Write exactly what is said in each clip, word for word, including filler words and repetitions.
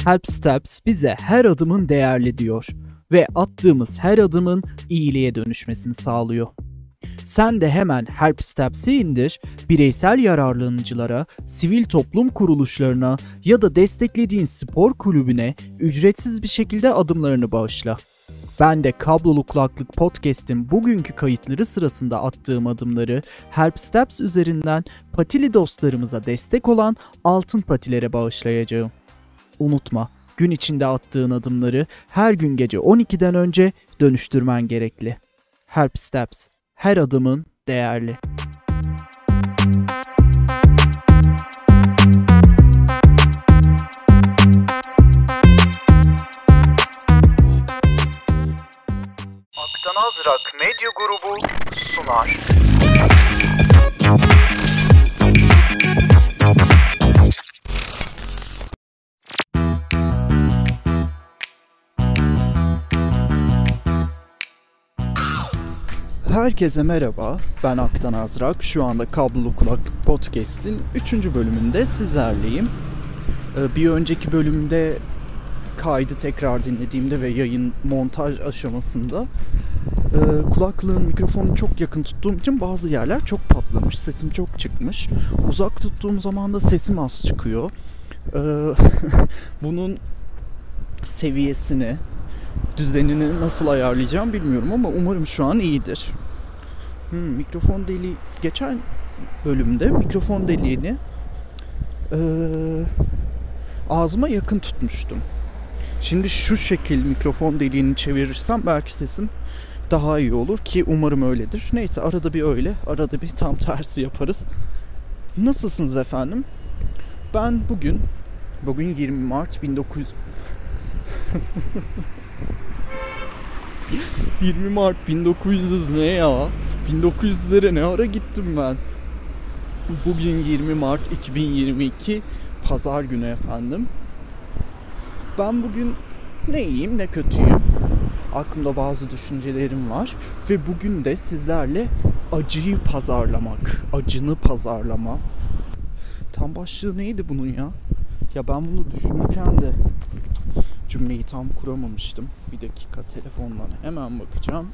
Help Steps bize her adımın değerli diyor ve attığımız her adımın iyiliğe dönüşmesini sağlıyor. Sen de hemen Help Steps'i indir, bireysel yararlanıcılara, sivil toplum kuruluşlarına ya da desteklediğin spor kulübüne ücretsiz bir şekilde adımlarını bağışla. Ben de Kablolu Kulaklık Podcast'in bugünkü kayıtları sırasında attığım adımları Help Steps üzerinden patili dostlarımıza destek olan altın patilere bağışlayacağım. Unutma, gün içinde attığın adımları her gün gece on ikiden önce dönüştürmen gerekli. Help Steps, her adımın değerli. Aktanazrak Medya Grubu sunar. Herkese merhaba, ben Aktan Azrak. Şu anda Kablolu Kulaklık Podcast'in üçüncü bölümünde sizlerleyim. Bir önceki bölümde kaydı tekrar dinlediğimde ve yayın montaj aşamasında kulaklığın mikrofonu çok yakın tuttuğum için bazı yerler çok patlamış, sesim çok çıkmış. Uzak tuttuğum zaman da sesim az çıkıyor. Bunun seviyesini, düzenini nasıl ayarlayacağım bilmiyorum ama umarım şu an iyidir. Hmm, mikrofon deliği, geçen bölümde mikrofon deliğini e, ağzıma yakın tutmuştum. Şimdi şu şekil mikrofon deliğini çevirirsem belki sesim daha iyi olur ki umarım öyledir. Neyse, arada bir öyle, arada bir tam tersi yaparız. Nasılsınız efendim? Ben bugün, bugün yirmi Mart bin dokuz yüz... yirmi Mart bin dokuz yüz ne ya? bin dokuz yüzlere ne ara gittim ben? Bugün yirmi Mart iki bin yirmi iki Pazar günü efendim. Ben bugün ne iyiyim ne kötüyüm. Aklımda bazı düşüncelerim var ve bugün de sizlerle acıyı pazarlamak, acını pazarlama. Tam başlığı neydi bunun ya? Ya ben bunu düşünürken de cümleyi tam kuramamıştım. Bir dakika, telefondan hemen bakacağım.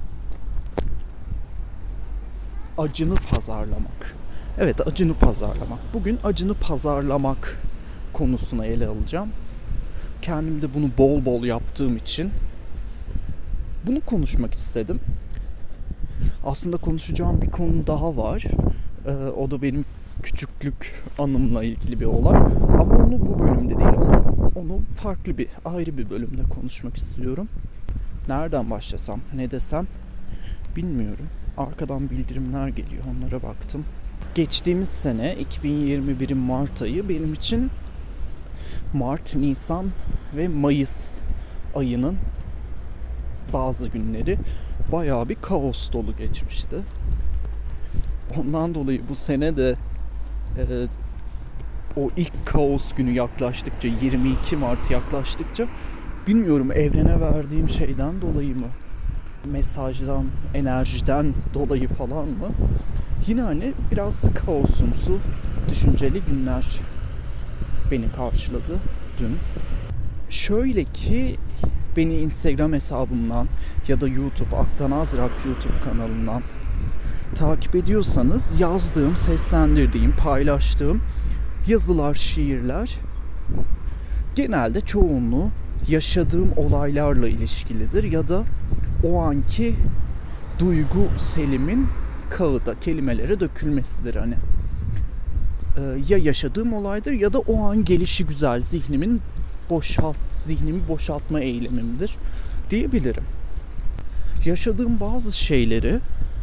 Acını pazarlamak. Evet, acını pazarlamak. Bugün acını pazarlamak konusuna ele alacağım. Kendim de bunu bol bol yaptığım için bunu konuşmak istedim. Aslında konuşacağım bir konu daha var. Ee, o da benim küçüklük anımla ilgili bir olay. Ama onu bu bölümde değil, onu, onu farklı bir, ayrı bir bölümde konuşmak istiyorum. Nereden başlasam, ne desem bilmiyorum. Arkadan bildirimler geliyor, onlara baktım. Geçtiğimiz sene iki bin yirmi birin Mart ayı benim için Mart, Nisan ve Mayıs ayının bazı günleri bayağı bir kaos dolu geçmişti. Ondan dolayı bu sene de e, o ilk kaos günü yaklaştıkça, yirmi iki Mart yaklaştıkça, bilmiyorum evrene verdiğim şeyden dolayı mı, mesajdan, enerjiden dolayı falan mı, yine hani biraz kaosumsu, düşünceli günler beni karşıladı dün. Şöyle ki, beni Instagram hesabımdan ya da YouTube, Aktan Azrak YouTube kanalından takip ediyorsanız yazdığım, seslendirdiğim, paylaştığım yazılar, şiirler genelde çoğunluğu yaşadığım olaylarla ilişkilidir ya da o anki duygu selimin kağıda, kelimelere dökülmesidir hani. Ee, ya yaşadığım olaydır ya da o an gelişi güzel zihnimin boşalt, zihnimi boşaltma eylemimdir diyebilirim. Yaşadığım bazı şeyleri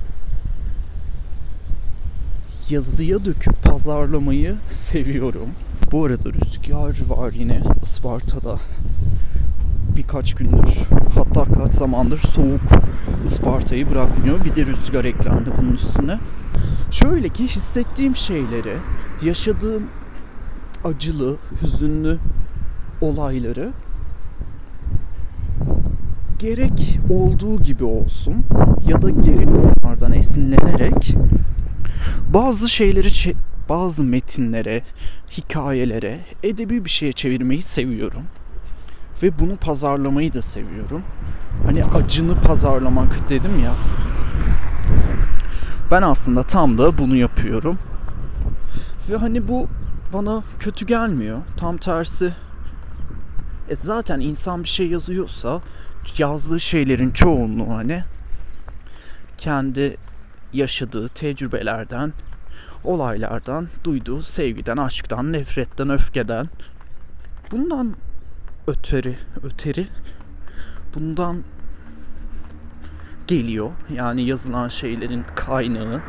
yazıya döküp pazarlamayı seviyorum. Bu arada rüzgar var yine Isparta'da. Birkaç gündür, hatta kaç zamandır soğuk Isparta'yı bırakmıyor. Bir de rüzgar eklendi bunun üstüne. Şöyle ki, hissettiğim şeyleri, yaşadığım acılı, hüzünlü olayları gerek olduğu gibi olsun ya da gerek onlardan esinlenerek bazı şeyleri, bazı metinlere, hikayelere, edebi bir şeye çevirmeyi seviyorum. Ve bunu pazarlamayı da seviyorum. Hani acını pazarlamak dedim ya. Ben aslında tam da bunu yapıyorum. Ve hani bu bana kötü gelmiyor. Tam tersi. E zaten insan bir şey yazıyorsa yazdığı şeylerin çoğunluğu hani kendi yaşadığı tecrübelerden, olaylardan, duyduğu sevgiden, aşktan, nefretten, öfkeden, bundan öteri, öteri, bundan geliyor. Yani yazılan şeylerin kaynağı.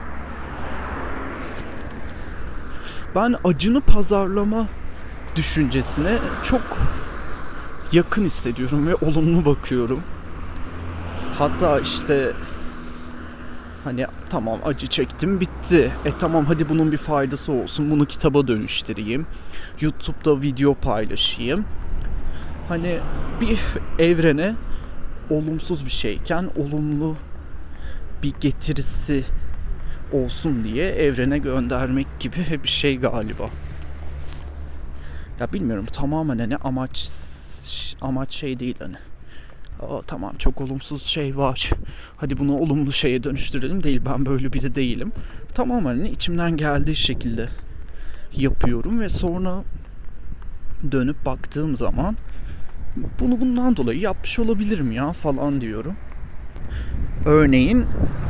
Ben acını pazarlama düşüncesine çok yakın hissediyorum ve olumlu bakıyorum. Hatta işte hani tamam acı çektim bitti. E tamam hadi bunun bir faydası olsun. Bunu kitaba dönüştüreyim. YouTube'da video paylaşayım. Hani bir evrene olumsuz bir şeyken olumlu bir getirisi olsun diye evrene göndermek gibi bir şey galiba. Ya bilmiyorum, tamamen hani amaç amaç şey değil hani. Aa, tamam çok olumsuz şey var, hadi bunu olumlu şeye dönüştürelim değil. Ben böyle biri değilim. Tamamen hani içimden geldiği şekilde yapıyorum ve sonra dönüp baktığım zaman bunu bundan dolayı yapmış olabilirim ya falan diyorum. Örneğin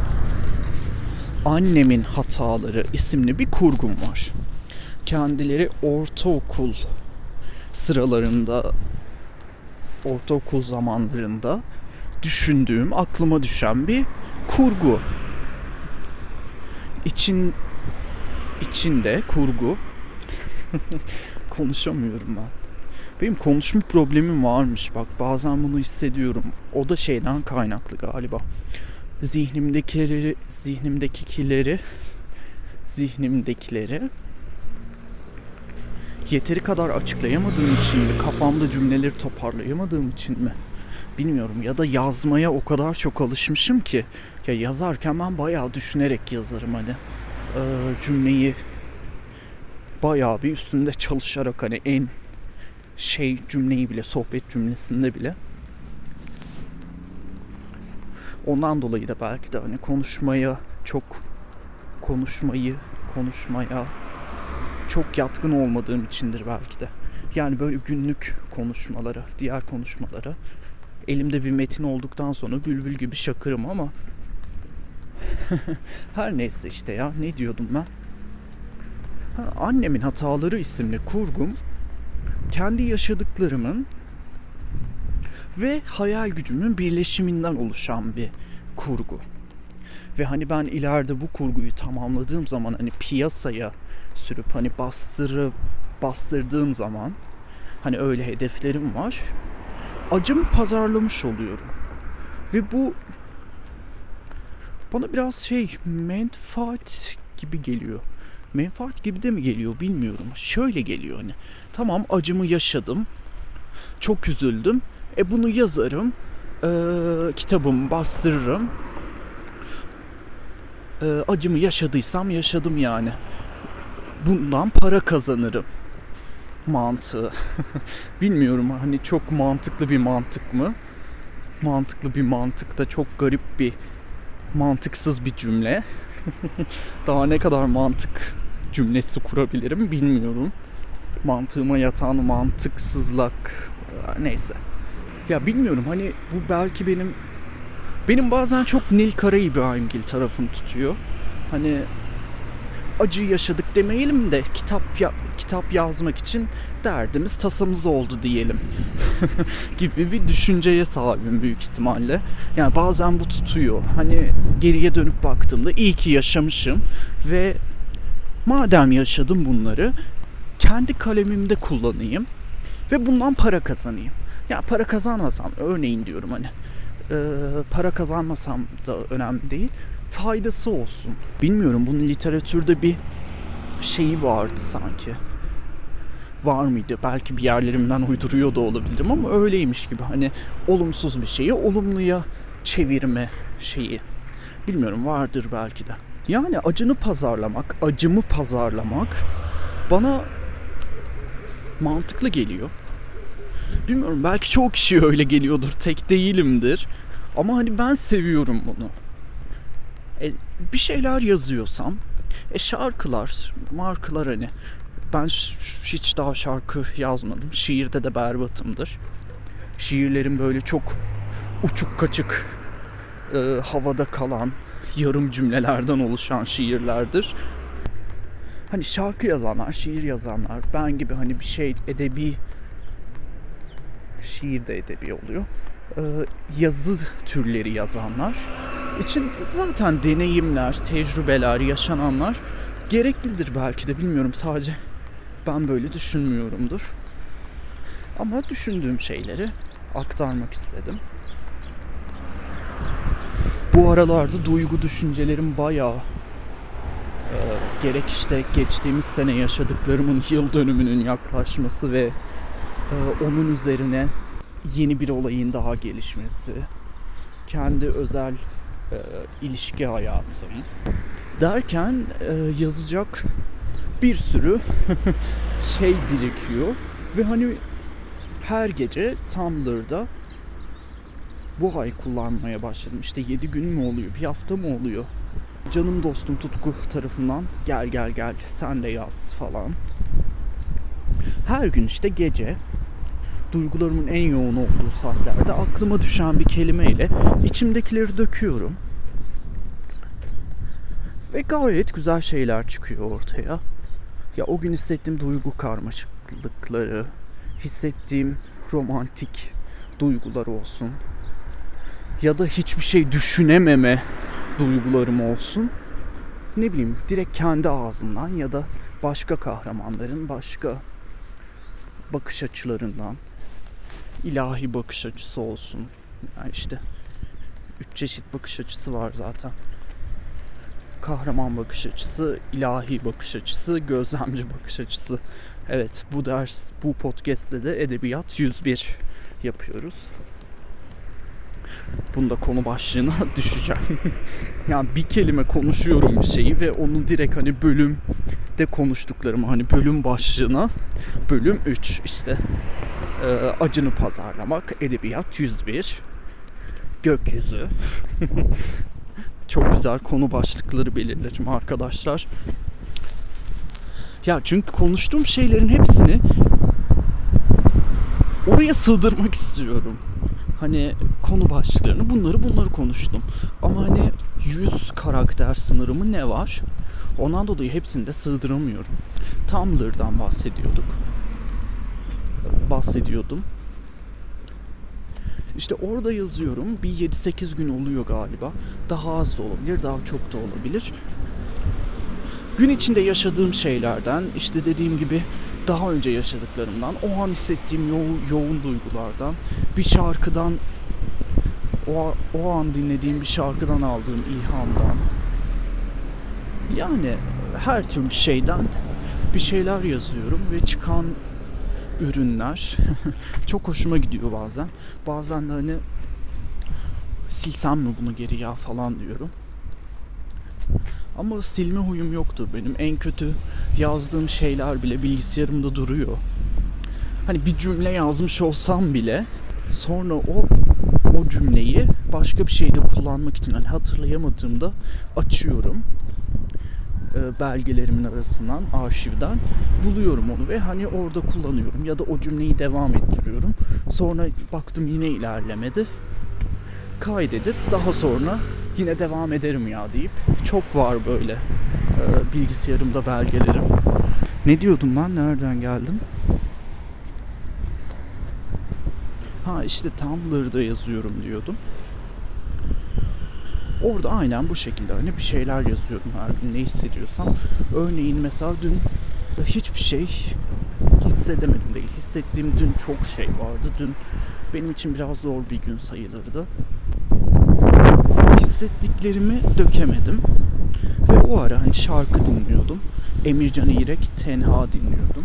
Annemin Hataları isimli bir kurgum var. Kendileri ortaokul sıralarında, ortaokul zamanlarında düşündüğüm, aklıma düşen bir kurgu. İçin içinde kurgu. Konuşamıyorum ben. Benim konuşma problemim varmış bak, bazen bunu hissediyorum. O da şeyden kaynaklı galiba. Zihnimdekileri, zihnimdekileri, zihnimdekileri yeteri kadar açıklayamadığım için mi, kafamda cümleleri toparlayamadığım için mi bilmiyorum. Ya da yazmaya o kadar çok alışmışım ki, ya yazarken ben bayağı düşünerek yazarım hani. Ee, cümleyi bayağı bir üstünde çalışarak, hani en şey cümleyi bile, sohbet cümlesinde bile. Ondan dolayı da belki de hani konuşmaya çok konuşmayı konuşmaya çok yatkın olmadığım içindir belki de. Yani böyle günlük konuşmalara, diğer konuşmalara elimde bir metin olduktan sonra bülbül gibi şakırım ama her neyse işte ya, ne diyordum ben? Ha, Annemin Hataları isimli kurgum kendi yaşadıklarımın ve hayal gücümün birleşiminden oluşan bir kurgu. Ve hani ben ileride bu kurguyu tamamladığım zaman, hani piyasaya sürüp hani bastırıp bastırdığım zaman, hani öyle hedeflerim var. Acımı pazarlamış oluyorum. Ve bu bana biraz şey, menfaat gibi geliyor. Menfaat gibi de mi geliyor bilmiyorum. Şöyle geliyor hani. Tamam, acımı yaşadım. Çok üzüldüm. E bunu yazarım. Ee, kitabımı bastırırım. Ee, acımı yaşadıysam yaşadım yani. Bundan para kazanırım mantığı. Bilmiyorum hani, çok mantıklı bir mantık mı? Mantıklı bir mantık da çok garip bir, mantıksız bir cümle. Daha ne kadar mantık cümlesi kurabilirim bilmiyorum. Mantığıma yatan mantıksızlık, neyse. Ya bilmiyorum hani, bu belki benim benim bazen çok Nil Kara İbrahimgil tarafım tutuyor. Hani acı yaşadık demeyelim de kitap ya, kitap yazmak için derdimiz tasamız oldu diyelim gibi bir düşünceye sahibim büyük ihtimalle. Yani bazen bu tutuyor. Hani geriye dönüp baktığımda iyi ki yaşamışım ve madem yaşadım bunları, kendi kalemimde kullanayım ve bundan para kazanayım. Ya para kazanmasam, örneğin diyorum hani, e, para kazanmasam da önemli değil, faydası olsun. Bilmiyorum, bunun literatürde bir şeyi vardı sanki. Var mıydı? Belki bir yerlerimden uyduruyor da olabilirim ama öyleymiş gibi. Hani olumsuz bir şeyi olumluya çevirme şeyi. Bilmiyorum, vardır belki de. Yani acını pazarlamak, acımı pazarlamak bana mantıklı geliyor. Bilmiyorum, belki çoğu kişiye öyle geliyordur. Tek değilimdir. Ama hani ben seviyorum bunu. E, bir şeyler yazıyorsam, e şarkılar, markalar hani. Ben ş- hiç daha şarkı yazmadım. Şiirde de berbatımdır. Şiirlerim böyle çok uçuk kaçık, e, havada kalan, yarım cümlelerden oluşan şiirlerdir. Hani şarkı yazanlar, şiir yazanlar, ben gibi hani bir şey edebi, şiir de edebi oluyor. Ee, yazı türleri yazanlar için zaten deneyimler, tecrübeler, yaşananlar gereklidir belki de, bilmiyorum, sadece ben böyle düşünmüyorumdur. Ama düşündüğüm şeyleri aktarmak istedim. Bu aralarda duygu düşüncelerim bayağı e, gerek işte geçtiğimiz sene yaşadıklarımın yıl dönümünün yaklaşması ve e, onun üzerine yeni bir olayın daha gelişmesi, kendi özel e, ilişki hayatım derken e, yazacak bir sürü şey birikiyor ve hani her gece Tumblr'da bu ay kullanmaya başladım. İşte yedi gün mü oluyor, bir hafta mı oluyor? Canım dostum Tutku tarafından gel gel gel sen de yaz falan. Her gün işte gece duygularımın en yoğun olduğu saatlerde aklıma düşen bir kelimeyle içimdekileri döküyorum. Ve gayet güzel şeyler çıkıyor ortaya. Ya o gün hissettiğim duygu karmaşıklıkları, hissettiğim romantik duygular olsun ya da hiçbir şey düşünememe duygularım olsun. Ne bileyim, direkt kendi ağzımdan ya da başka kahramanların başka bakış açılarından, ilahi bakış açısı olsun. Yani işte üç çeşit bakış açısı var zaten. Kahraman bakış açısı, ilahi bakış açısı, gözlemci bakış açısı. Evet, bu ders, bu podcast'te de Edebiyat yüz bir yapıyoruz. Bunda konu başlığına düşeceğim. Yani bir kelime konuşuyorum bir şeyi ve onu direkt hani bölümde konuştuklarımı hani bölüm başlığına bölüm üç işte e, acını pazarlamak, Edebiyat yüz bir, gökyüzü. Çok güzel konu başlıkları belirlerim arkadaşlar. Ya çünkü konuştuğum şeylerin hepsini oraya sığdırmak istiyorum. Hani konu başlıklarını, bunları bunları konuştum. Ama hani yüz karakter sınırımı ne var? Ondan dolayı hepsini de sığdıramıyorum. Tumblr'dan bahsediyorduk. Bahsediyordum. İşte orada yazıyorum. Bir yedi sekiz gün oluyor galiba. Daha az da olabilir, daha çok da olabilir. Gün içinde yaşadığım şeylerden, işte dediğim gibi daha önce yaşadıklarımdan, o an hissettiğim yo- yoğun duygulardan, bir şarkıdan, o, o an dinlediğim bir şarkıdan aldığım ilhamdan, yani her türlü şeyden bir şeyler yazıyorum ve çıkan ürünler çok hoşuma gidiyor bazen. Bazen de hani silsem mi bunu geri ya falan diyorum. Ama silme huyum yoktur benim. En kötü yazdığım şeyler bile bilgisayarımda duruyor. Hani bir cümle yazmış olsam bile sonra o o cümleyi başka bir şeyde kullanmak için hani hatırlayamadığımda açıyorum. E, belgelerimin arasından, arşivden buluyorum onu ve hani orada kullanıyorum ya da o cümleyi devam ettiriyorum. Sonra baktım yine ilerlemedi. Kaydedip daha sonra yine devam ederim ya deyip, çok var böyle e, bilgisayarımda belgelerim. Ne diyordum ben? Nereden geldim? Ha işte Tumblr'da yazıyorum diyordum. Orada aynen bu şekilde hani bir şeyler yazıyorum her gün, ne hissediyorsam. Örneğin mesela dün hiçbir şey hissedemedim değil. Hissettiğim dün çok şey vardı. Dün benim için biraz zor bir gün sayılırdı. Hissettiklerimi dökemedim. Ve o ara hani şarkı dinliyordum. Emircan İrek Tenha dinliyordum.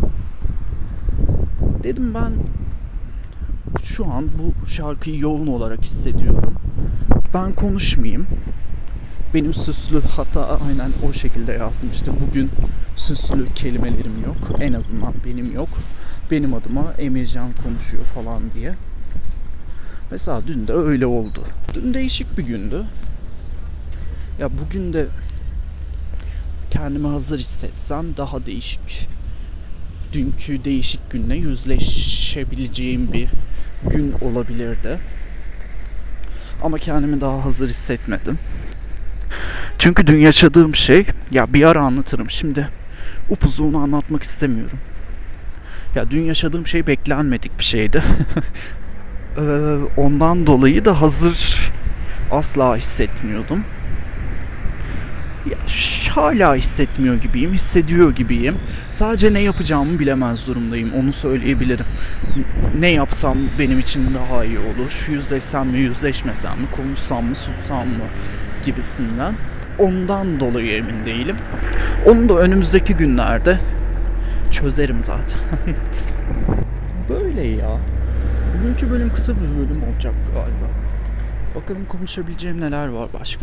Dedim ben şu an bu şarkıyı yoğun olarak hissediyorum. Ben konuşmayayım. Benim süslü, hatta aynen o şekilde yazdım işte, bugün süslü kelimelerim yok. En azından benim yok. benim adıma Emircan konuşuyor falan diye. Mesela dün de öyle oldu. Dün değişik bir gündü. Ya bugün de kendimi hazır hissetsem daha değişik, dünkü değişik günle yüzleşebileceğim bir gün olabilirdi. Ama kendimi daha hazır hissetmedim. Çünkü dün yaşadığım şey, ya bir ara anlatırım, şimdi upuzun anlatmak istemiyorum. Ya dün yaşadığım şey beklenmedik bir şeydi. ee, ondan dolayı da hazır asla hissetmiyordum. Ya, hala hissetmiyor gibiyim, hissediyor gibiyim. Sadece ne yapacağımı bilemez durumdayım, onu söyleyebilirim. Ne yapsam benim için daha iyi olur, yüzleşsem mi, yüzleşmesem mi, konuşsam mı, sussam mı gibisinden. Ondan dolayı emin değilim. Onu da önümüzdeki günlerde çözerim zaten. Böyle ya. Bugünkü bölüm kısa bir bölüm olacak galiba. Bakalım konuşabileceğim neler var başka.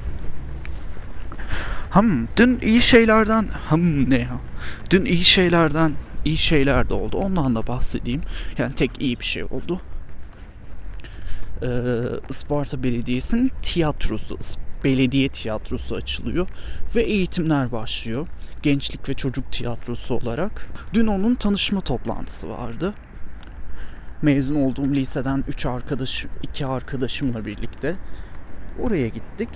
Hım, dün iyi şeylerden, hım ne ya? Dün iyi şeylerden, iyi şeyler de oldu. Ondan da bahsedeyim. Yani tek iyi bir şey oldu. Ee, Isparta Belediyesi'nin tiyatrosu, belediye tiyatrosu açılıyor ve eğitimler başlıyor. Gençlik ve çocuk tiyatrosu olarak. Dün onun tanışma toplantısı vardı. Mezun olduğum liseden üç arkadaş, iki arkadaşımla birlikte oraya gittik.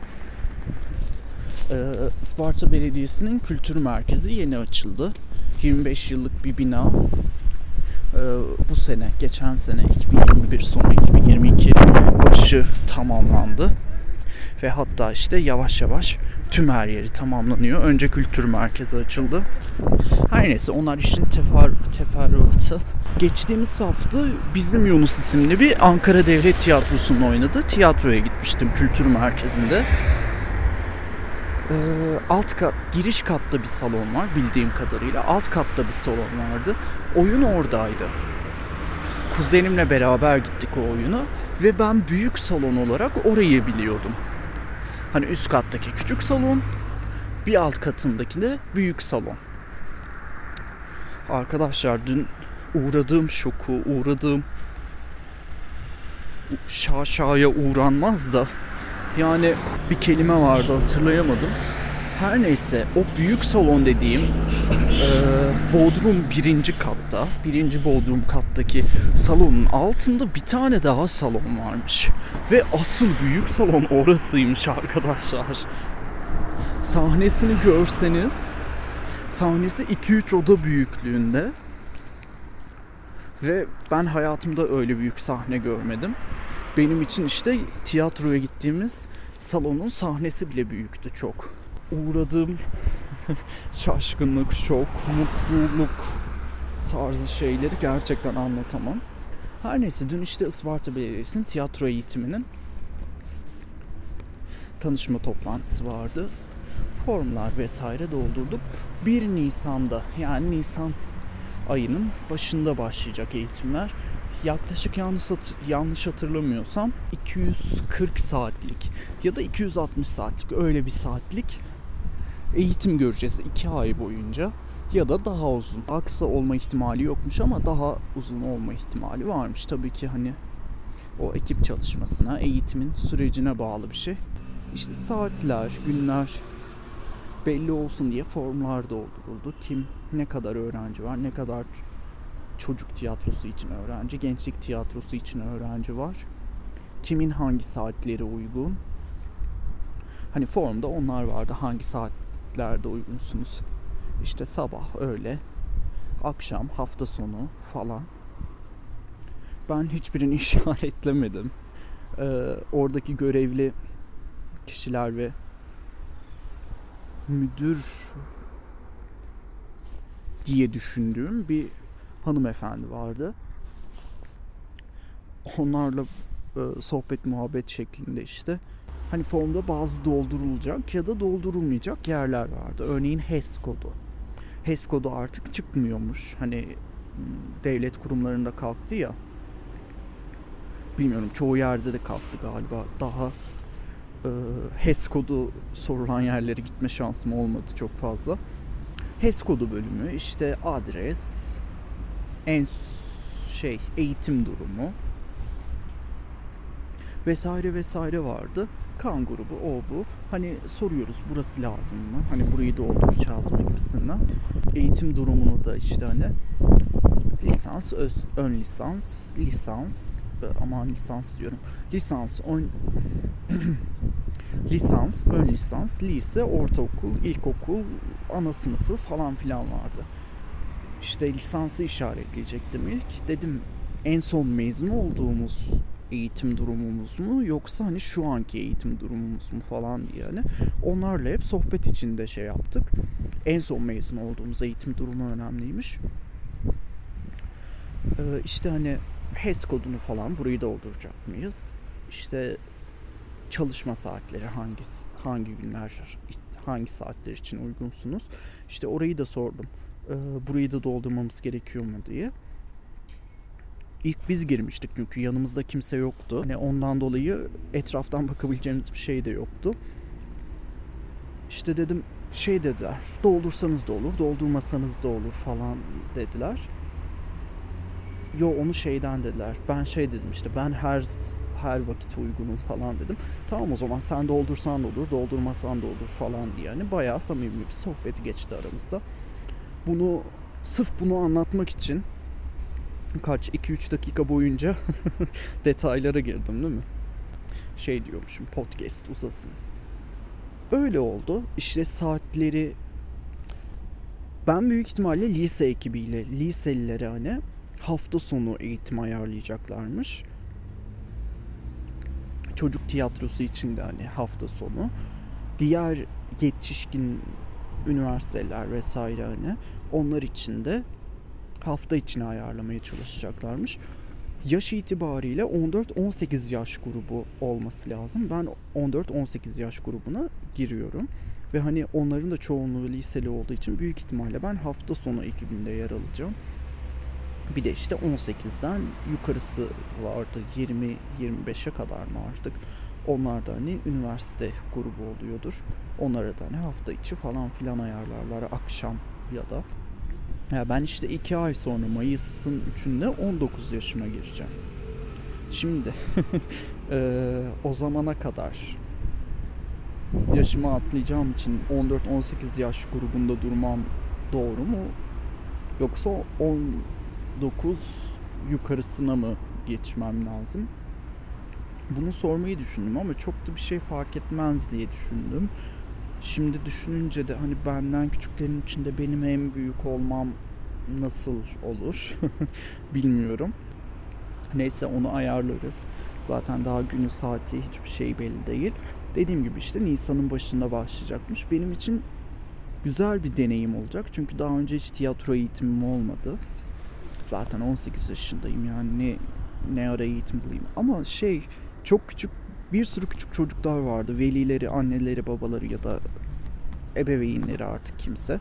Ee, Isparta Belediyesi'nin kültür merkezi yeni açıldı. yirmi beş yıllık bir bina. Ee, bu sene, geçen sene iki bin yirmi bir sonu iki bin yirmi iki başı tamamlandı. Ve hatta işte yavaş yavaş tüm her yeri tamamlanıyor. Önce kültür merkezi açıldı. Her neyse, onlar işin tefer, teferruatı. Geçtiğimiz hafta Bizim Yunus isimli bir Ankara Devlet Tiyatrosu'nun oynadığı tiyatroya gitmiştim kültür merkezinde. Ee, alt kat, giriş katta bir salon var bildiğim kadarıyla. Alt katta bir salon vardı. Oyun oradaydı. Kuzenimle beraber gittik o oyuna ve ben büyük salon olarak orayı biliyordum. Hani üst kattaki küçük salon, bir alt katındaki de büyük salon. Arkadaşlar dün uğradığım şoku, uğradığım şaşaya uğranmaz da yani bir kelime vardı, hatırlayamadım. Her neyse, o büyük salon dediğim e, Bodrum birinci katta, birinci Bodrum kattaki salonun altında bir tane daha salon varmış. Ve asıl büyük salon orasıymış arkadaşlar. Sahnesini görseniz, sahnesi iki üç oda büyüklüğünde. Ve ben hayatımda öyle büyük sahne görmedim. Benim için işte tiyatroya gittiğimiz salonun sahnesi bile büyüktü çok. Uğradığım şaşkınlık, şok, mutluluk tarzı şeyleri gerçekten anlatamam. Her neyse, dün işte Isparta Belediyesi'nin tiyatro eğitiminin tanışma toplantısı vardı. Formlar vesaire doldurduk. bir Nisan'da, yani Nisan ayının başında başlayacak eğitimler. Yaklaşık yanlış, yanlış hatırlamıyorsam iki yüz kırk saatlik ya da iki yüz altmış saatlik, öyle bir saatlik eğitim göreceğiz iki ay boyunca, ya da daha uzun. Aksa olma ihtimali yokmuş ama daha uzun olma ihtimali varmış. Tabii ki hani o ekip çalışmasına, eğitimin sürecine bağlı bir şey. İşte saatler, günler belli olsun diye formlar dolduruldu. Kim, ne kadar öğrenci var, ne kadar çocuk tiyatrosu için öğrenci, gençlik tiyatrosu için öğrenci var. Kimin hangi saatleri uygun? Hani formda onlar vardı. Hangi saatlerde uygunsunuz? İşte sabah, öğle, akşam, hafta sonu falan. Ben hiçbirini işaretlemedim. Ee, oradaki görevli kişiler ve müdür diye düşündüğüm bir hanımefendi vardı. Onlarla e, sohbet muhabbet şeklinde işte. Hani formda bazı doldurulacak ya da doldurulmayacak yerler vardı. Örneğin H E S kodu. H E S kodu artık çıkmıyormuş. Hani devlet kurumlarında kalktı ya. Bilmiyorum, çoğu yerde de kalktı galiba. Daha e, H E S kodu sorulan yerlere gitme şansım olmadı çok fazla. H E S kodu bölümü, işte adres, en şey eğitim durumu vesaire vesaire vardı. Kan grubu, o bu. Hani soruyoruz burası lazım mı? Hani burayı dolduracağız mı gibisinden. Eğitim durumunu da işte hani lisans, öz, ön lisans, lisans, aman lisans diyorum. Lisans, ön, lisans, ön lisans, lise, ortaokul, ilkokul, ana sınıfı falan filan vardı. İşte lisansı işaretleyecektim ilk. Dedim en son mezun olduğumuz eğitim durumumuz mu yoksa hani şu anki eğitim durumumuz mu falan diye hani onlarla hep sohbet içinde şey yaptık. En son mezun olduğumuz eğitim durumu önemliymiş. Ee, işte hani H E S kodunu falan burayı dolduracak mıyız? İşte çalışma saatleri hangi hangi günler, hangi saatler için uygunsunuz? İşte orayı da sordum. Ee, burayı da doldurmamız gerekiyor mu diye. İlk biz girmiştik çünkü yanımızda kimse yoktu. Yani ondan dolayı etraftan bakabileceğimiz bir şey de yoktu. İşte dedim şey dediler, doldursanız da olur, doldurmasanız da olur falan dediler. Yo onu şeyden dediler. Ben şey dedim işte ben her her vakit uygunum falan dedim. Tamam o zaman sen doldursan da olur, doldurmasan da olur falan diye. Yani bayağı samimi bir sohbeti geçti aramızda. Bunu sırf bunu anlatmak için kaç iki üç dakika boyunca detaylara girdim değil mi? Şey diyormuşum podcast uzasın. Öyle oldu. İşte saatleri ben büyük ihtimalle lise ekibiyle liselilere hani hafta sonu eğitim ayarlayacaklarmış. Çocuk tiyatrosu için de hani hafta sonu. Diğer yetişkin üniversiteler vesaire hani onlar için de hafta içine ayarlamaya çalışacaklarmış. Yaş itibariyle on dört on sekiz yaş grubu olması lazım. Ben on dört on sekiz yaş grubuna giriyorum. Ve hani onların da çoğunluğu liseli olduğu için büyük ihtimalle ben hafta sonu ekibinde yer alacağım. Bir de işte on sekizden yukarısı vardı. yirmi yirmi beşe kadar mı artık. Onlar da hani üniversite grubu oluyordur. Onlara da hani hafta içi falan filan ayarlarlar akşam ya da. Ya ben işte iki ay sonra Mayıs'ın üçünde on dokuz yaşıma gireceğim. Şimdi ee, o zamana kadar yaşımı atlayacağım için on dört on sekiz yaş grubunda durmam doğru mu? Yoksa on dokuz yukarısına mı geçmem lazım? Bunu sormayı düşündüm ama çok da bir şey fark etmez diye düşündüm. Şimdi düşününce de hani benden küçüklerin içinde benim en büyük olmam nasıl olur bilmiyorum. Neyse onu ayarlarız. Zaten daha günü saati hiçbir şey belli değil. Dediğim gibi işte Nisan'ın başında başlayacakmış. Benim için güzel bir deneyim olacak. Çünkü daha önce hiç tiyatro eğitimim olmadı. Zaten on sekiz yaşındayım yani ne ne ara eğitim bulayım. Ama şey çok küçük bir sürü küçük çocuklar vardı. Velileri, anneleri, babaları ya da ebeveynleri artık kimse.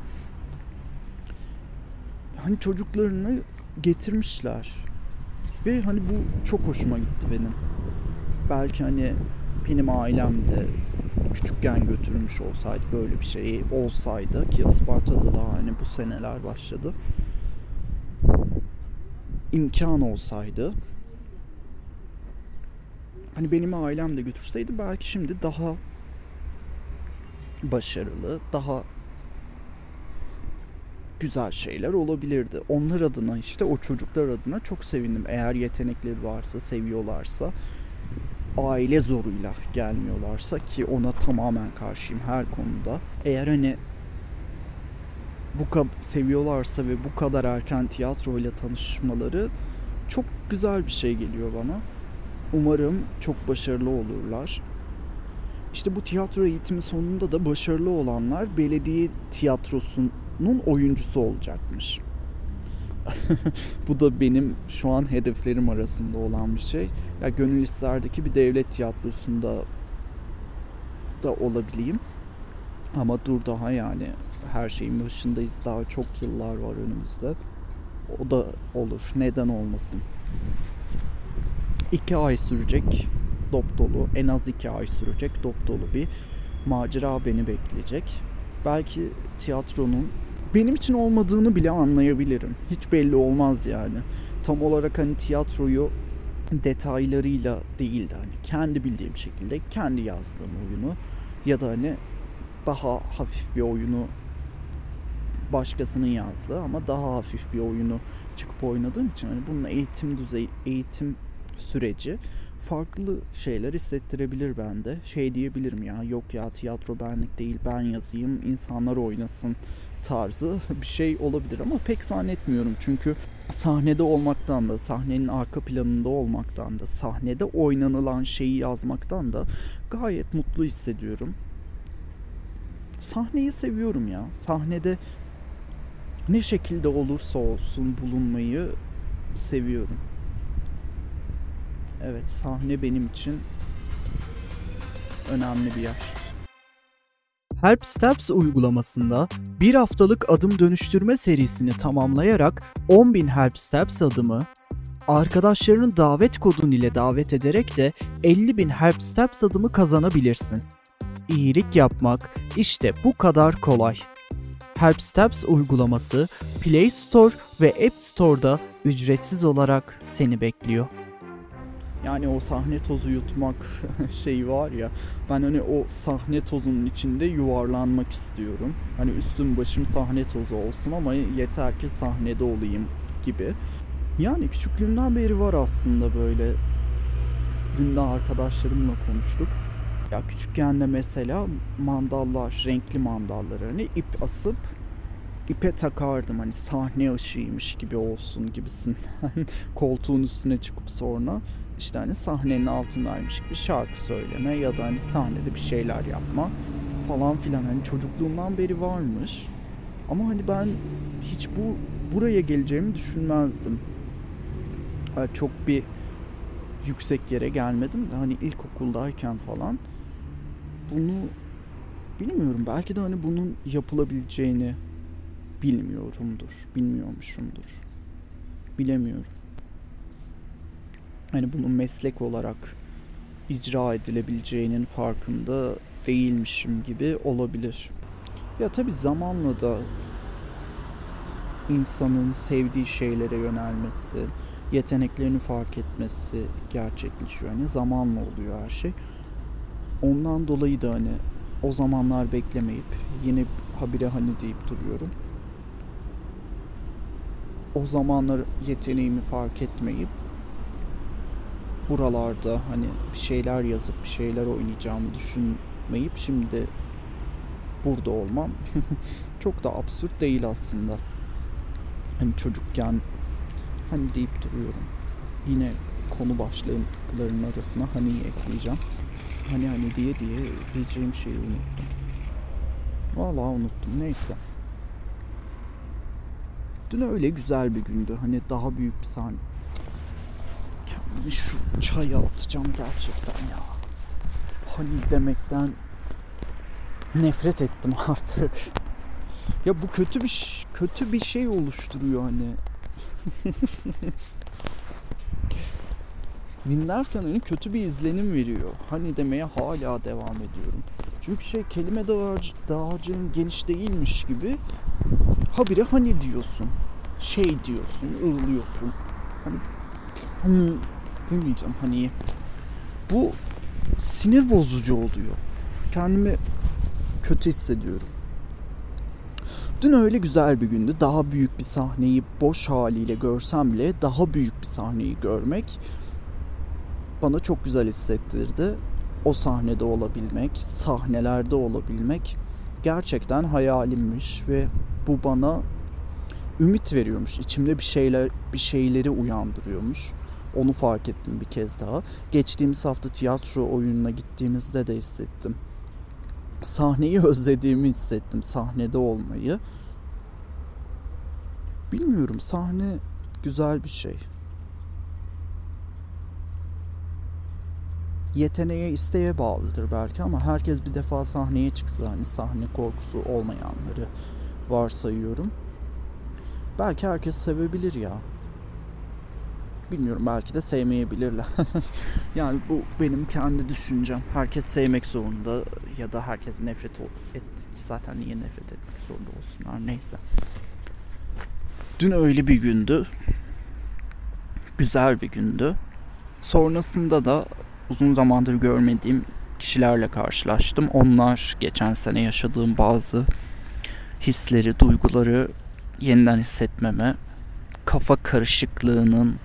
Hani çocuklarını getirmişler. Ve hani bu çok hoşuma gitti benim. Belki hani benim ailem de küçükken götürmüş olsaydı böyle bir şey olsaydı ki Isparta'da da hani bu seneler başladı. İmkan olsaydı hani benim ailem de götürseydi belki şimdi daha başarılı, daha güzel şeyler olabilirdi. Onlar adına işte o çocuklar adına çok sevindim. Eğer yetenekleri varsa, seviyorlarsa, aile zoruyla gelmiyorlarsa ki ona tamamen karşıyım her konuda. Eğer hani bu kadar seviyorlarsa ve bu kadar erken tiyatroyla tanışmaları çok güzel bir şey geliyor bana. Umarım çok başarılı olurlar. İşte bu tiyatro eğitimi sonunda da başarılı olanlar belediye tiyatrosunun oyuncusu olacakmış. Bu da benim şu an hedeflerim arasında olan bir şey. Ya gönül isterdeki bir devlet tiyatrosunda da olabileyim. Ama dur daha yani her şeyin başındayız. Daha çok yıllar var önümüzde. O da olur. Neden olmasın? İki ay sürecek dop dolu, en az iki ay sürecek dop dolu bir macera beni bekleyecek. Belki tiyatronun benim için olmadığını bile anlayabilirim. Hiç belli olmaz yani. Tam olarak hani tiyatroyu detaylarıyla değil de hani kendi bildiğim şekilde kendi yazdığım oyunu ya da hani daha hafif bir oyunu başkasının yazdığı ama daha hafif bir oyunu çıkıp oynadığım için hani bunun eğitim düzeyi, eğitim süreci farklı şeyler hissettirebilir bende. Şey diyebilirim ya, yok ya tiyatro benlik değil, ben yazayım insanlar oynasın tarzı bir şey olabilir ama pek zannetmiyorum. Çünkü sahnede olmaktan da, sahnenin arka planında olmaktan da, sahnede oynanılan şeyi yazmaktan da gayet mutlu hissediyorum. Sahneyi seviyorum ya. Sahnede ne şekilde olursa olsun bulunmayı seviyorum. Evet, sahne benim için önemli bir yer. Help Steps uygulamasında bir haftalık adım dönüştürme serisini tamamlayarak on bin Help Steps adımı, arkadaşlarının davet kodun ile davet ederek de elli bin Help Steps adımı kazanabilirsin. İyilik yapmak işte bu kadar kolay. Help Steps uygulaması Play Store ve App Store'da ücretsiz olarak seni bekliyor. Yani o sahne tozu yutmak şeyi var ya, ben hani o sahne tozunun içinde yuvarlanmak istiyorum. Hani üstüm başım sahne tozu olsun ama yeter ki sahnede olayım gibi. Yani küçüklüğümden beri var aslında böyle. Dün de arkadaşlarımla konuştuk. Ya küçükken de mesela mandallar, renkli mandalları hani ip asıp ipe takardım, hani sahne ışığıymış gibi olsun gibisinden. Koltuğun üstüne çıkıp sonra işte hani sahnenin altındaymış gibi şarkı söyleme ya da hani sahnede bir şeyler yapma falan filan, hani çocukluğumdan beri varmış. Ama hani ben hiç bu buraya geleceğimi düşünmezdim. Yani çok bir yüksek yere gelmedim de hani ilkokuldayken falan bunu bilmiyorum, belki de hani bunun yapılabileceğini bilmiyorumdur, bilmiyormuşumdur, bilemiyorum. Hani bunun meslek olarak icra edilebileceğinin farkında değilmişim gibi olabilir. Ya tabii zamanla da insanın sevdiği şeylere yönelmesi, yeteneklerini fark etmesi gerçekleşiyor. Hani zamanla oluyor her şey. Ondan dolayı da hani o zamanlar beklemeyip yine habire hani deyip duruyorum. O zamanlar yeteneğimi fark etmeyip buralarda hani bir şeyler yazıp bir şeyler oynayacağımı düşünmeyip şimdi burada olmam çok da absürt değil aslında. Hani çocukken hani deyip duruyorum. Yine konu başlıklarının arasına hani'yi ekleyeceğim. Hani hani diye diye diyeceğim şeyi unuttum. Vallahi unuttum. Neyse. Dün öyle güzel bir gündü. Hani daha büyük bir sahne. Kendimi şu çaya atacağım gerçekten ya. Hani demekten nefret ettim artık. Ya bu kötü bir kötü bir şey oluşturuyor hani. Dinlerken hani kötü bir izlenim veriyor. Hani demeye hala devam ediyorum. Çünkü şey, kelime dağarcı, dağarcığın geniş değilmiş gibi habire hani diyorsun. Şey diyorsun, ığlıyorsun. Hani, hani demeyeceğim hani. Bu sinir bozucu oluyor. Kendimi kötü hissediyorum. Dün öyle güzel bir gündü. Daha büyük bir sahneyi boş haliyle görsem bile daha büyük bir sahneyi görmek bana çok güzel hissettirdi. O sahnede olabilmek, sahnelerde olabilmek gerçekten hayalimmiş ve bu bana ümit veriyormuş. İçimde bir şeyler, bir şeyleri uyandırıyormuş. Onu fark ettim bir kez daha. Geçtiğimiz hafta tiyatro oyununa gittiğimizde de hissettim. Sahneyi özlediğimi hissettim, sahnede olmayı. Bilmiyorum, sahne güzel bir şey. Yeteneğe, isteğe bağlıdır belki ama herkes bir defa sahneye çıksa, hani sahne korkusu olmayanları varsayıyorum. Belki herkes sevebilir ya. Bilmiyorum, belki de sevmeyebilirler. Yani bu benim kendi düşüncem. Herkes sevmek zorunda ya da herkes nefret et. Zaten niye nefret etmek zorunda olsunlar, neyse. Dün öyle bir gündü. Güzel bir gündü. Sonrasında da uzun zamandır görmediğim kişilerle karşılaştım. Onlar geçen sene yaşadığım bazı hisleri, duyguları yeniden hissetmeme, kafa karışıklığının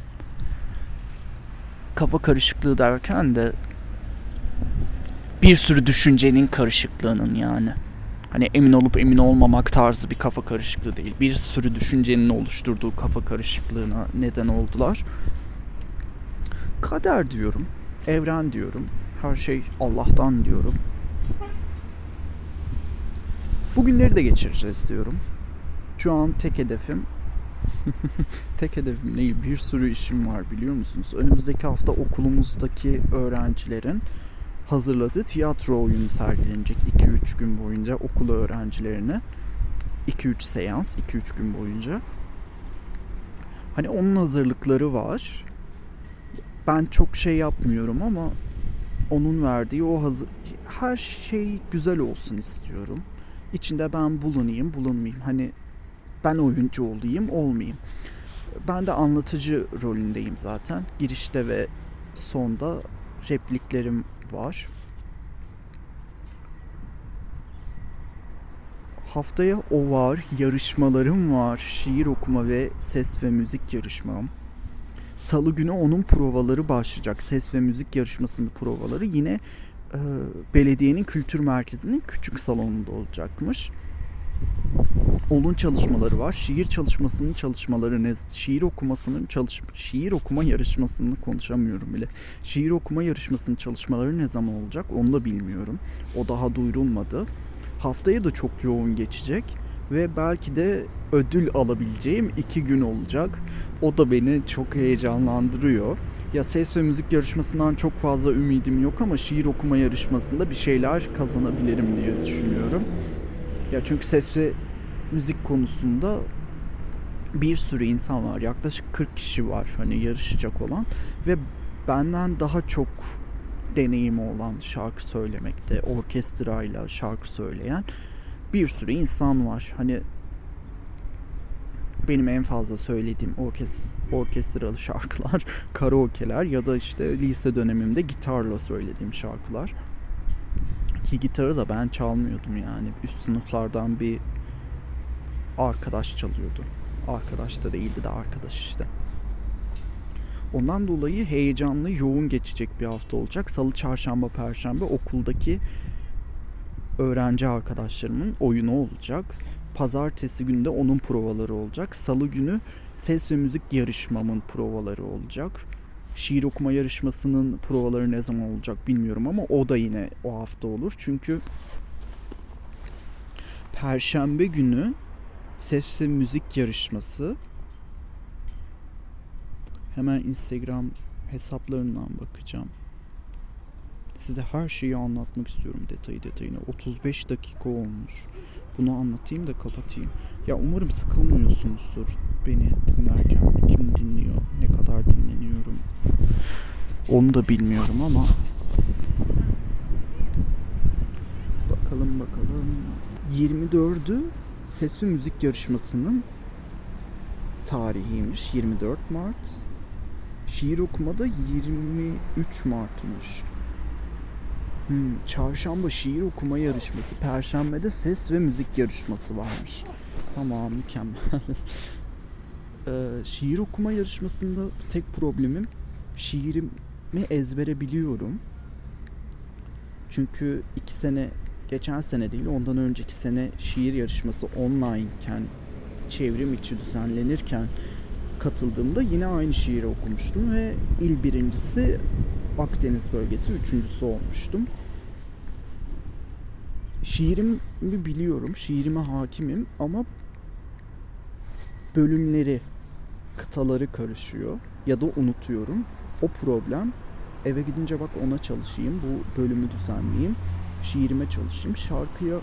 kafa karışıklığı derken de bir sürü düşüncenin karışıklığının, yani hani emin olup emin olmamak tarzı bir kafa karışıklığı değil. Bir sürü düşüncenin oluşturduğu kafa karışıklığına neden oldular. Kader diyorum, evren diyorum, her şey Allah'tan diyorum. Bugünleri de geçireceğiz diyorum. Şu an tek hedefim tek hedefim değil, bir sürü işim var, biliyor musunuz? Önümüzdeki hafta okulumuzdaki öğrencilerin hazırladığı tiyatro oyunu sergilenecek iki üç gün boyunca okul öğrencilerine. iki üç seans, iki üç gün boyunca. Hani onun hazırlıkları var. Ben çok şey yapmıyorum ama onun verdiği o hazır... Her şey güzel olsun istiyorum. İçinde ben bulunayım, bulunmayayım. Hani ben oyuncu olayım, olmayayım. Ben de anlatıcı rolündeyim zaten. Girişte ve sonda repliklerim var. Haftaya o var, yarışmalarım var. Şiir okuma ve ses ve müzik yarışmam. Salı günü onun provaları başlayacak. Ses ve müzik yarışmasının provaları yine e, belediyenin kültür merkezinin küçük salonunda olacakmış. Onun çalışmaları var. Şiir çalışmasının çalışmaları ne? Şiir okumasının çalış şiir okuma yarışmasını konuşamıyorum bile. Şiir okuma yarışmasının çalışmaları ne zaman olacak? Onu da bilmiyorum. O daha duyurulmadı. Haftaya da çok yoğun geçecek ve belki de ödül alabileceğim iki gün olacak. O da beni çok heyecanlandırıyor. Ya ses ve müzik yarışmasından çok fazla ümidim yok ama şiir okuma yarışmasında bir şeyler kazanabilirim diye düşünüyorum. Ya çünkü ses ve müzik konusunda bir sürü insan var. Yaklaşık kırk kişi var hani yarışacak olan ve benden daha çok deneyimi olan şarkı söylemekte, orkestrayla şarkı söyleyen bir sürü insan var. Hani benim en fazla söylediğim orkest orkestralı şarkılar, karaoke'ler ya da işte lise dönemimde gitarla söylediğim şarkılar. Ki gitarı da ben çalmıyordum yani. Üst sınıflardan bir arkadaş çalıyordu. Arkadaş da değildi de arkadaş işte. Ondan dolayı heyecanlı, yoğun geçecek bir hafta olacak. Salı, çarşamba, perşembe okuldaki öğrenci arkadaşlarımın oyunu olacak. Pazartesi günü de onun provaları olacak. Salı günü ses ve müzik yarışmamın provaları olacak. Şiir okuma yarışmasının provaları ne zaman olacak bilmiyorum ama o da yine o hafta olur. Çünkü perşembe günü ses ve müzik yarışması. Hemen Instagram hesaplarından bakacağım. Size her şeyi anlatmak istiyorum detayı detayına. otuz beş dakika olmuş. Bunu anlatayım da kapatayım. Ya umarım sıkılmıyorsunuzdur beni dinlerken. Kim dinliyor, ne kadar dinleniyorum onu da bilmiyorum ama bakalım bakalım. yirmi dördü ses ve müzik yarışmasının tarihiymiş. yirmi dört Mart. Şiir okumada yirmi üç Mart'mış. Hmm, çarşamba şiir okuma yarışması, perşembede ses ve müzik yarışması varmış. Tamam, mükemmel. ee, şiir okuma yarışmasında tek problemim şiirimi ezbere biliyorum. Çünkü iki sene, geçen sene değil ondan önceki sene şiir yarışması online iken, çevrim içi düzenlenirken katıldığımda yine aynı şiiri okumuştum ve il birincisi, Akdeniz bölgesi üçüncüsü olmuştum. Şiirimi biliyorum, şiirime hakimim ama bölümleri, kıtaları karışıyor ya da unutuyorum. O problem. Eve gidince bak ona çalışayım, bu bölümü düzenleyeyim, şiirime çalışayım. Şarkıya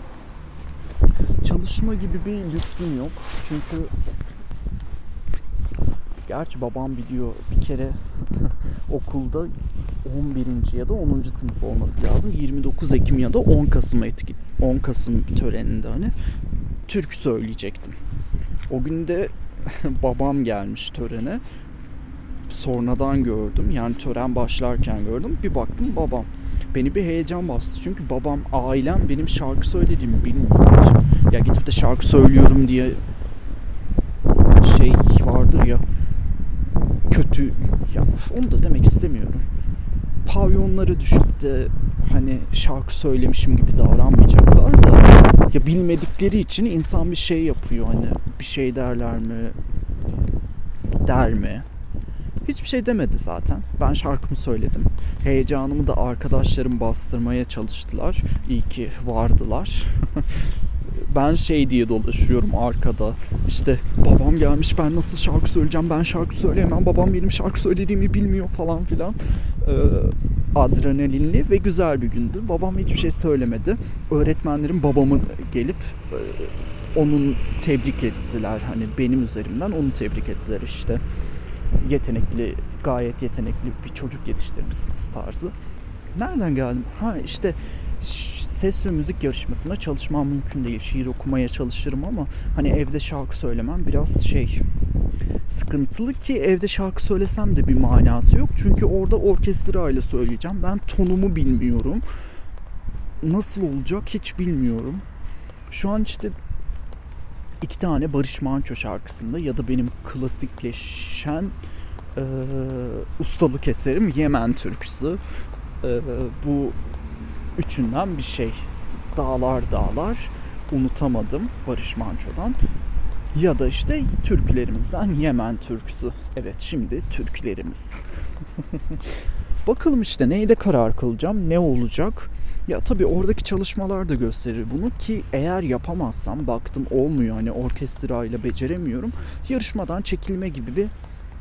çalışma gibi bir lüksüm yok. Çünkü Gerçi babam biliyor, bir kere okulda on birinci ya da onuncu sınıf olması lazım. yirmi dokuz Ekim ya da on Kasım etki on Kasım töreninde hani türkü söyleyecektim. O gün de babam gelmiş törene. Sonradan gördüm. Yani tören başlarken gördüm. Bir baktım babam. Beni bir heyecan bastı. Çünkü babam, ailem benim şarkı söylediğimi bilmiyorlar. Ya gidip de şarkı söylüyorum diye şey vardır ya, kötü, ya onu da demek istemiyorum. Pavyonlara düşüp de hani şarkı söylemişim gibi davranmayacaklar da, ya bilmedikleri için insan bir şey yapıyor, hani bir şey derler mi der mi? Hiçbir şey demedi zaten. Ben şarkımı söyledim. Heyecanımı da arkadaşlarım bastırmaya çalıştılar. İyi ki vardılar. Ben şey diye dolaşıyorum arkada. İşte babam gelmiş, ben nasıl şarkı söyleyeceğim, ben şarkı söyleyemem, babam benim şarkı söylediğimi bilmiyor falan filan. Ee, adrenalinli ve güzel bir gündü. Babam hiçbir şey söylemedi. Öğretmenlerim babamı gelip e, onun tebrik ettiler. Hani benim üzerimden onu tebrik ettiler işte. Yetenekli, gayet yetenekli bir çocuk yetiştirmişsiniz tarzı. Nereden geldim? Ha işte ses ve müzik yarışmasına çalışmam mümkün değil. Şiir okumaya çalışırım ama hani evde şarkı söylemem biraz şey sıkıntılı, ki evde şarkı söylesem de bir manası yok. Çünkü orada orkestra ile söyleyeceğim. Ben tonumu bilmiyorum. Nasıl olacak hiç bilmiyorum. Şu an işte iki tane Barış Manço şarkısında ya da benim klasikleşen e, ustalık eserim Yemen türküsü. E, bu üçünden bir şey. Dağlar Dağlar, unutamadım Barış Manço'dan. Ya da işte türkülerimizden Yemen türküsü. Evet, şimdi türkülerimiz. Bakalım işte neyde karar kılacağım, ne olacak. Ya tabii oradaki çalışmalar da gösterir bunu, ki eğer yapamazsam, baktım olmuyor, hani orkestrayla beceremiyorum, yarışmadan çekilme gibi bir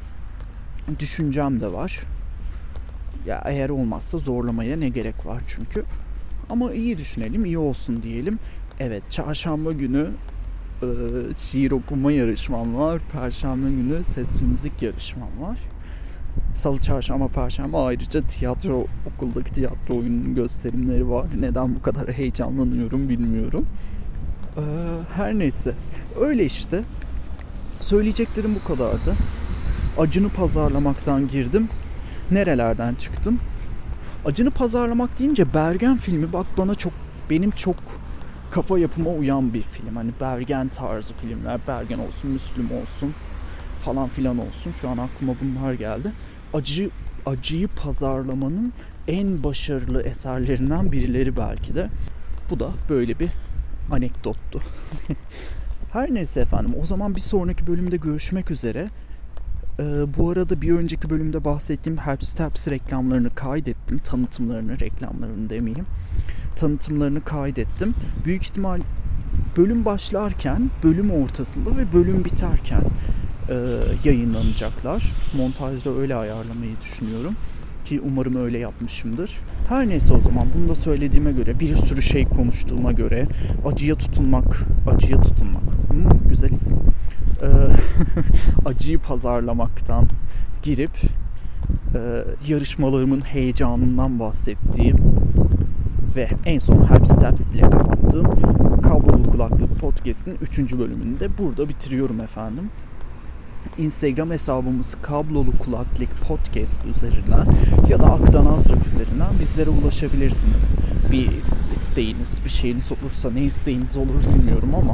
düşüncem de var. Ya eğer olmazsa zorlamaya ne gerek var çünkü. Ama iyi düşünelim, iyi olsun diyelim. Evet, çarşamba günü e, şiir okuma yarışmam var. Perşembe günü ses müzik yarışmam var. Salı, çarşamba, perşembe ayrıca tiyatro, okuldaki tiyatro oyununun gösterimleri var. Neden bu kadar heyecanlanıyorum bilmiyorum. Ee, her neyse. Öyle işte. Söyleyeceklerim bu kadardı. Acını pazarlamaktan girdim. Nerelerden çıktım? Acını pazarlamak deyince Bergen filmi bak bana çok, benim çok kafa yapıma uyan bir film. Hani Bergen tarzı filmler, Bergen olsun, Müslüm olsun falan filan olsun. Şu an aklıma bunlar geldi. Acı, acıyı pazarlamanın en başarılı eserlerinden birileri belki de. Bu da böyle bir anekdottu. Her neyse efendim, o zaman bir sonraki bölümde görüşmek üzere. Ee, bu arada bir önceki bölümde bahsettiğim Help Steps reklamlarını kaydettim. Tanıtımlarını, reklamlarını demeyeyim. Tanıtımlarını kaydettim. Büyük ihtimal bölüm başlarken, bölüm ortasında ve bölüm biterken e, yayınlanacaklar. Montajda öyle ayarlamayı düşünüyorum. Ki umarım öyle yapmışımdır. Her neyse o zaman, bunu da söylediğime göre, bir sürü şey konuştuğuma göre, acıya tutunmak, acıya tutunmak, hmm, güzel isim. Ee, acıyı pazarlamaktan girip e, yarışmalarımın heyecanından bahsettiğim ve en son Help Steps ile kapattığım Kablolu Kulaklık Podcast'in üçüncü bölümünü de burada bitiriyorum efendim. Instagram hesabımız Kablolu Kulaklık Podcast üzerinden ya da Aktan Azrak üzerinden bizlere ulaşabilirsiniz. Bir isteğiniz, bir şeyiniz olursa, ne isteğiniz olur bilmiyorum ama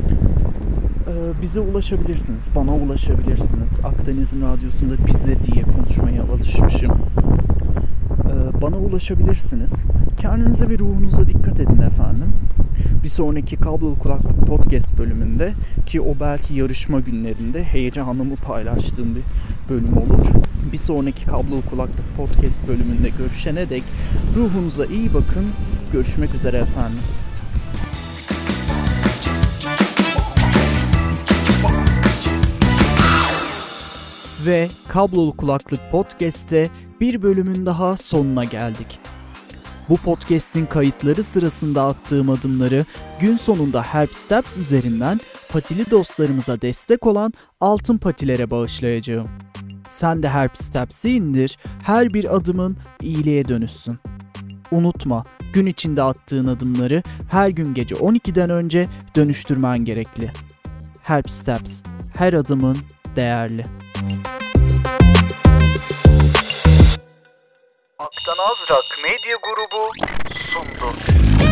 e, bize ulaşabilirsiniz, bana ulaşabilirsiniz. Akdeniz'in radyosunda bize diye konuşmaya alışmışım. E, bana ulaşabilirsiniz. Kendinize ve ruhunuza dikkat edin efendim. Bir sonraki Kablolu Kulaklık Podcast bölümünde, ki o belki yarışma günlerinde heyecanımı paylaştığım bir bölüm olur. Bir sonraki Kablolu Kulaklık Podcast bölümünde görüşene dek ruhunuza iyi bakın. Görüşmek üzere efendim. Ve Kablolu Kulaklık Podcast'te bir bölümün daha sonuna geldik. Bu podcast'in kayıtları sırasında attığım adımları gün sonunda Help Steps üzerinden patili dostlarımıza destek olan altın patilere bağışlayacağım. Sen de Help Steps'i indir, her bir adımın iyiliğe dönüşsün. Unutma, gün içinde attığın adımları her gün gece on ikiden önce dönüştürmen gerekli. Help Steps, her adımın değerli. Aktan Azrak Medya Grubu sundu.